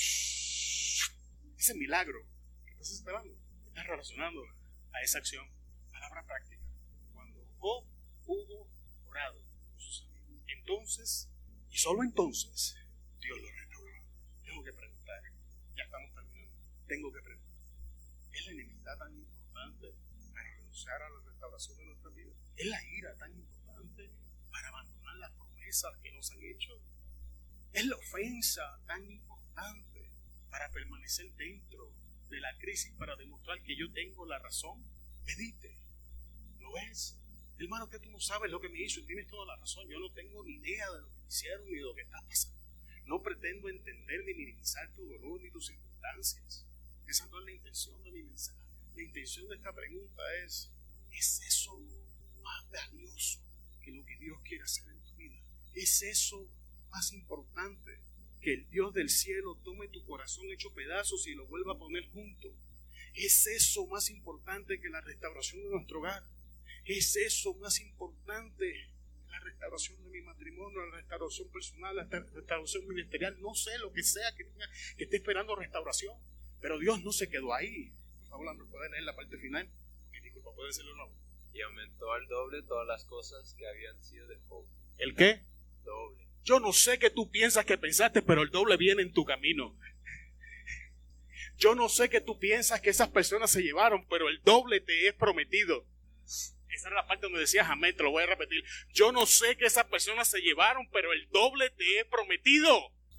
Ese milagro estás esperando, estás relacionando a esa acción. Palabra práctica. Cuando Job hubo orado por sus amigos, entonces, y solo entonces, Dios lo restauró. Tengo que preguntar, ya estamos terminando, tengo que preguntar, ¿es la enemistad tan importante para renunciar a la restauración de nuestra vida? ¿Es la ira tan importante para abandonar las promesas que nos han hecho? ¿Es la ofensa tan importante para permanecer dentro de la crisis, para demostrar que yo tengo la razón? Medite. ¿Lo ves? Hermano, que tú no sabes lo que me hizo. Y tienes toda la razón. Yo no tengo ni idea de lo que me hicieron ni de lo que está pasando. No pretendo entender ni minimizar tu dolor ni tus circunstancias. Esa no es la intención de mi mensaje. La intención de esta pregunta es: ¿es eso más valioso que lo que Dios quiere hacer en tu vida? ¿Es eso más importante que el Dios del cielo tome tu corazón hecho pedazos y lo vuelva a poner junto? ¿Es eso más importante que la restauración de nuestro hogar? ¿Es eso más importante que la restauración de mi matrimonio, la restauración personal, la restauración ministerial? No sé, lo que sea que, tenga, que esté esperando restauración. Pero Dios no se quedó ahí. Por favor, Andrés, ¿pueden leer la parte final? Okay, disculpa, ¿puede decirlo de nuevo? Y aumentó al doble todas las cosas que habían sido de Job. ¿El qué? Doble. Yo no sé qué tú piensas que pensaste, pero el doble viene en tu camino. Yo no sé qué tú piensas que esas personas se llevaron, pero el doble te es prometido. Esa era la parte donde decías amén, te lo voy a repetir. Yo no sé qué esas personas se llevaron, pero el doble te es prometido.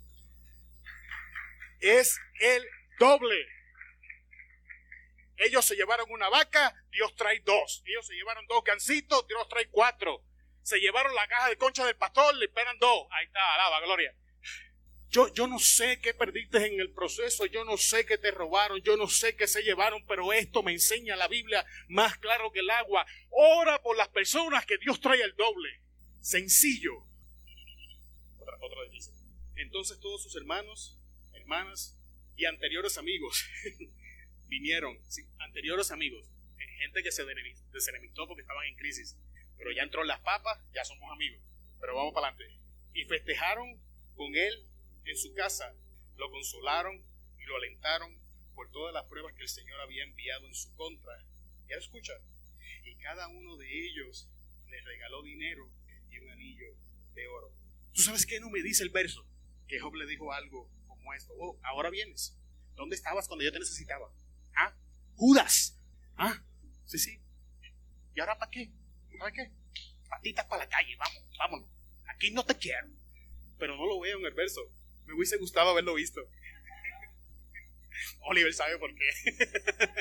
Es el doble. Ellos se llevaron una vaca, Dios trae dos. Ellos se llevaron dos gancitos, Dios trae cuatro. Se llevaron la caja de concha del pastor, le esperan dos. Ahí está, alaba, gloria. Yo, yo no sé qué perdiste en el proceso, yo no sé qué te robaron, yo no sé qué se llevaron, pero esto me enseña la Biblia más claro que el agua. Ora por las personas que Dios trae el doble. Sencillo. Otra, otra difícil. Entonces todos sus hermanos, hermanas y anteriores amigos vinieron, sí, anteriores amigos, gente que se desenemistó porque estaban en crisis, pero ya entró en las papas, ya somos amigos, pero vamos para adelante. Y festejaron con él en su casa, lo consolaron y lo alentaron por todas las pruebas que el Señor había enviado en su contra. Ya escucha, y cada uno de ellos les regaló dinero y un anillo de oro. ¿Tú sabes qué no me dice el verso? Que Job le dijo algo como esto: oh, ahora vienes. ¿Dónde estabas cuando yo te necesitaba? ¿Ah? Judas. ¿Ah? Sí, sí. ¿Y ahora para qué? ¿Para qué? Patitas para la calle, vamos, vámonos. Aquí no te quiero. Pero no lo veo en el verso. Me hubiese gustado haberlo visto. Oliver sabe por qué.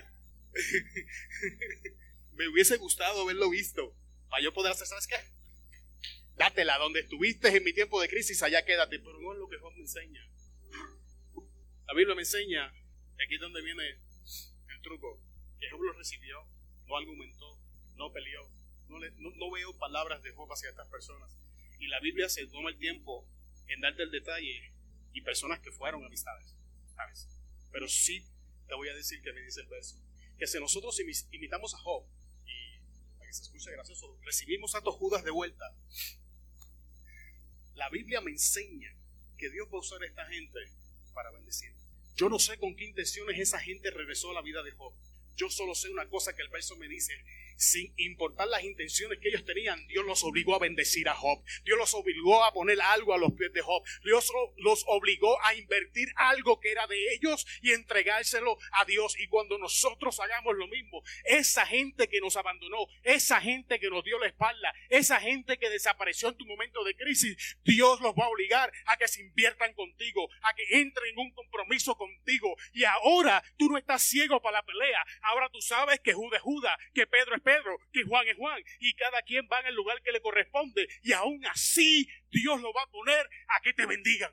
Me hubiese gustado haberlo visto para yo poder hacer, ¿sabes qué? Dátela donde estuviste en mi tiempo de crisis, allá quédate. Pero no es lo que Job me enseña. La Biblia me enseña, y aquí es donde viene el truco, que Job lo recibió, no argumentó, no peleó. No, le, no, no veo palabras de Job hacia estas personas. Y la Biblia se toma el tiempo en darte el detalle y personas que fueron amistades, ¿sabes? Pero sí te voy a decir que me dice el verso, que si nosotros imitamos a Job, y para que se escuche gracioso, recibimos a estos Judas de vuelta, la Biblia me enseña que Dios va a usar a esta gente para bendecir. Yo no sé con qué intenciones esa gente regresó a la vida de Job. Yo solo sé una cosa que el verso me dice: sin importar las intenciones que ellos tenían, Dios los obligó a bendecir a Job. Dios los obligó a poner algo a los pies de Job. Dios los obligó a invertir algo que era de ellos y entregárselo a Dios. Y cuando nosotros hagamos lo mismo, esa gente que nos abandonó, esa gente que nos dio la espalda, esa gente que desapareció en tu momento de crisis, Dios los va a obligar a que se inviertan contigo, a que entren en un compromiso contigo. Y ahora tú no estás ciego para la pelea. Ahora tú sabes que Judas es Judas, que Pedro es Pedro, que Juan es Juan, y cada quien va en el lugar que le corresponde, y aún así Dios lo va a poner a que te bendigan.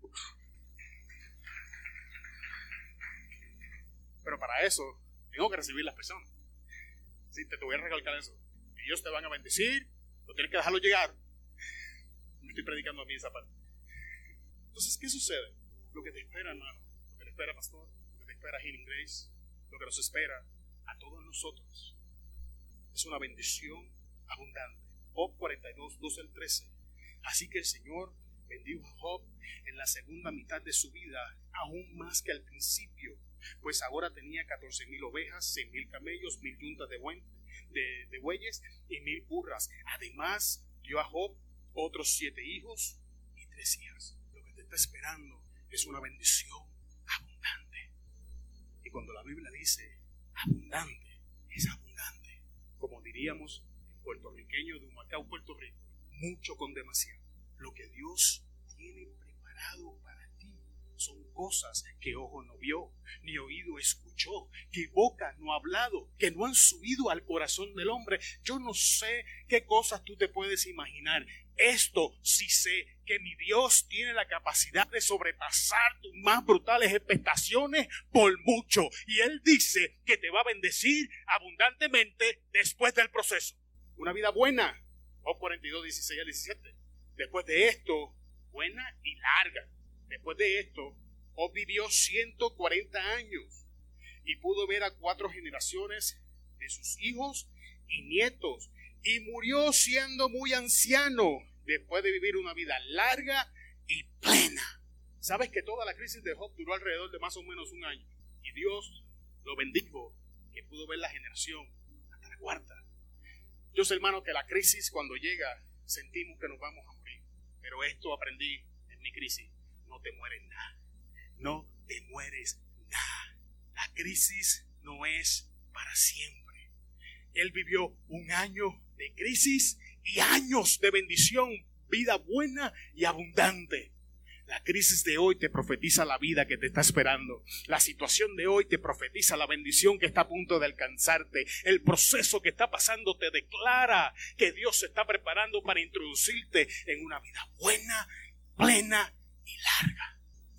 Pero para eso tengo que recibir las personas. Sí, te, te voy a recalcar eso. Ellos te van a bendecir, no tienes que dejarlo llegar. Me estoy predicando a mí esa parte. Entonces, ¿qué sucede? Lo que te espera, hermano, lo que te espera, pastor, lo que te espera, Healing Grace, lo que nos espera a todos nosotros es una bendición abundante. Job cuarenta y dos, doce al trece. Así que el Señor bendijo a Job en la segunda mitad de su vida, aún más que al principio, pues ahora tenía catorce mil ovejas, seis mil camellos, mil yuntas de, buen, de, de bueyes y mil burras. Además dio a Job otros siete hijos y tres hijas. Lo que te está esperando es una bendición abundante. Y cuando la Biblia dice abundante, es abundante. Como diríamos en puertorriqueño de Humacao, Puerto Rico, mucho con demasiado. Lo que Dios tiene preparado para ti son cosas que ojo no vio, ni oído escuchó, que boca no ha hablado, que no han subido al corazón del hombre. Yo no sé qué cosas tú te puedes imaginar. Esto sí sé, que mi Dios tiene la capacidad de sobrepasar tus más brutales expectaciones por mucho. Y Él dice que te va a bendecir abundantemente después del proceso. Una vida buena. Job cuarenta y dos, dieciséis al diecisiete. Después de esto, buena y larga. Después de esto, Job vivió ciento cuarenta años y pudo ver a cuatro generaciones de sus hijos y nietos. Y murió siendo muy anciano después de vivir una vida larga y plena. ¿Sabes que toda la crisis de Job duró alrededor de más o menos un año? Y Dios lo bendijo, que pudo ver la generación hasta la cuarta. Yo sé, hermano, que la crisis cuando llega sentimos que nos vamos a morir. Pero esto aprendí en mi crisis. No te mueres nada. No te mueres nada. La crisis no es para siempre. Él vivió un año de crisis y años de bendición, vida buena y abundante. La crisis de hoy te profetiza la vida que te está esperando. La situación de hoy te profetiza la bendición que está a punto de alcanzarte. El proceso que está pasando te declara que Dios se está preparando para introducirte en una vida buena, plena y larga.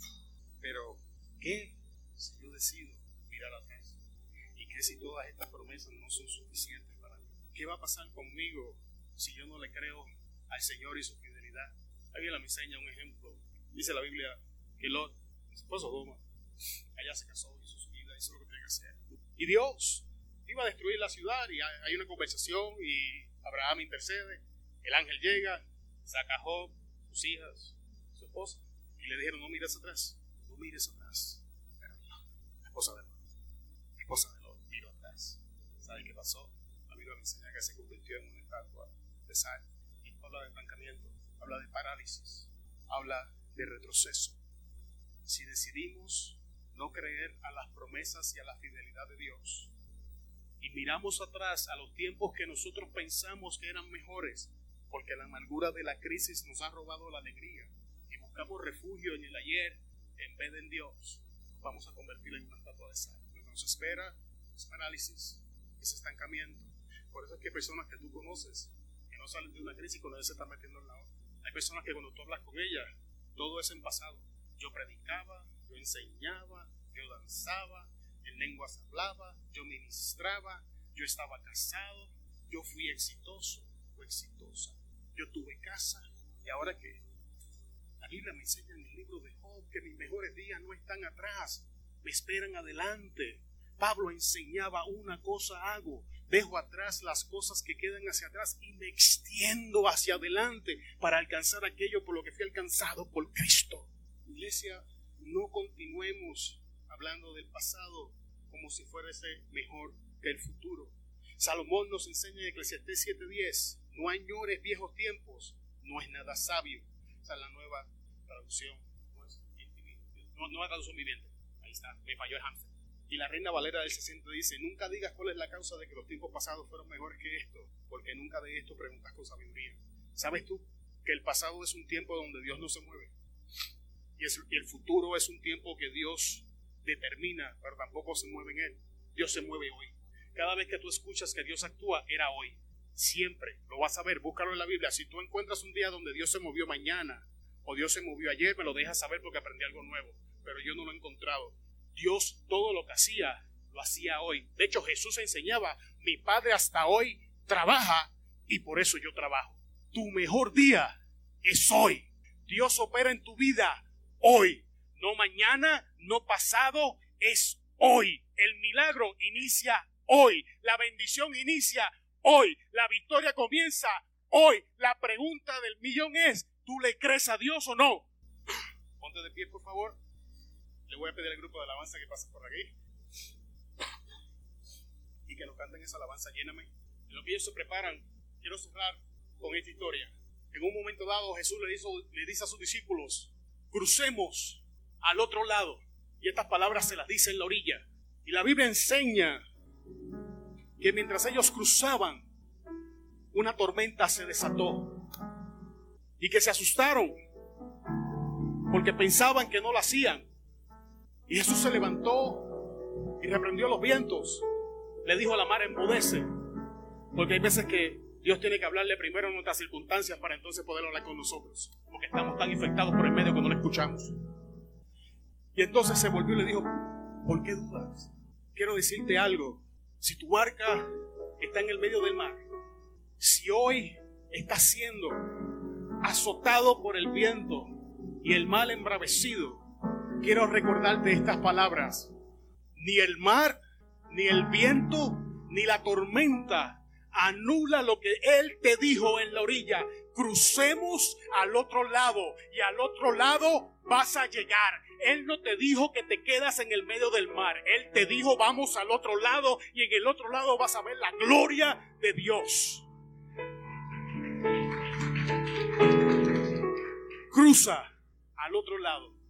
Pero, ¿qué si yo decido mirar atrás? ¿Y qué si todas estas promesas no son suficientes para mí? ¿Qué va a pasar conmigo si yo no le creo al Señor y su fidelidad? Alguien me enseña un ejemplo. Dice la Biblia que Lot se fue a Sodoma, allá se casó, hizo su vida, hizo lo que tenía que hacer. Y Dios iba a destruir la ciudad y hay una conversación y Abraham intercede. El ángel llega, saca a Job, sus hijas, su esposa, y le dijeron: no mires atrás, no mires atrás. Pero no, la esposa de Lot, la esposa de Lot miró atrás. ¿Sabe qué pasó? La Biblia me enseña que se convirtió en una estatua de sal. Y habla de estancamiento, habla de parálisis, habla de retroceso. Si decidimos no creer a las promesas y a la fidelidad de Dios y miramos atrás a los tiempos que nosotros pensamos que eran mejores, porque la amargura de la crisis nos ha robado la alegría y buscamos refugio en el ayer en vez de en Dios, nos vamos a convertir en una estatua de sal. Lo que nos espera es parálisis, es estancamiento. Por eso es que hay personas que tú conoces que no salen de una crisis cuando ellos se están metiendo en la otra. Hay personas que cuando tú hablas con ellas, todo es en pasado. Yo predicaba, yo enseñaba, yo danzaba, en lenguas hablaba, yo ministraba, yo estaba casado, yo fui exitoso o exitosa, yo tuve casa. ¿Y ahora qué? La Biblia me enseña en el libro de Job que mis mejores días no están atrás, me esperan adelante. Pablo enseñaba: una cosa hago, dejo atrás las cosas que quedan hacia atrás y me extiendo hacia adelante para alcanzar aquello por lo que fui alcanzado por Cristo. Iglesia, no continuemos hablando del pasado como si fuese mejor que el futuro. Salomón nos enseña en Eclesiastés siete diez: no añores viejos tiempos, no es nada sabio. Esa es la nueva traducción, no es no, nueva traducción viviente. Ahí está, me falló el hamster. Y la Reina Valera del sesenta dice: nunca digas cuál es la causa de que los tiempos pasados fueron mejores que esto, porque nunca de esto preguntas con sabiduría. ¿Sabes tú que el pasado es un tiempo donde Dios no se mueve? Y, es, y el futuro es un tiempo que Dios determina, pero tampoco se mueve en él. Dios se mueve hoy. Cada vez que tú escuchas que Dios actúa, era hoy. Siempre lo vas a ver, búscalo en la Biblia. Si tú encuentras un día donde Dios se movió mañana o Dios se movió ayer, me lo dejas saber porque aprendí algo nuevo, pero yo no lo he encontrado. Dios todo lo que hacía, lo hacía hoy. De hecho, Jesús enseñaba: mi Padre hasta hoy trabaja y por eso yo trabajo. Tu mejor día es hoy. Dios opera en tu vida hoy. No mañana, no pasado, es hoy. El milagro inicia hoy. La bendición inicia hoy. La victoria comienza hoy. La pregunta del millón es: ¿tú le crees a Dios o no? Ponte de pie, por favor. Le voy a pedir al grupo de alabanza que pase por aquí y que nos canten esa alabanza: lléname. En lo que ellos se preparan, quiero cerrar con esta historia. En un momento dado, Jesús le, hizo, le dice a sus discípulos: crucemos al otro lado. Y estas palabras se las dice en la orilla. Y la Biblia enseña que mientras ellos cruzaban, una tormenta se desató y que se asustaron porque pensaban que no lo hacían. Y Jesús se levantó y reprendió los vientos. Le dijo a la mar: enmudece. Porque hay veces que Dios tiene que hablarle primero en nuestras circunstancias para entonces poder hablar con nosotros, porque estamos tan infectados por el medio que no lo escuchamos. Y entonces se volvió y le dijo: ¿por qué dudas? Quiero decirte algo. Si tu barca está en el medio del mar, si hoy estás siendo azotado por el viento y el mar embravecido, quiero recordarte estas palabras: ni el mar, ni el viento, ni la tormenta anula lo que Él te dijo en la orilla. Crucemos al otro lado y al otro lado vas a llegar. Él no te dijo que te quedas en el medio del mar. Él te dijo: vamos al otro lado, y en el otro lado vas a ver la gloria de Dios. Cruza al otro lado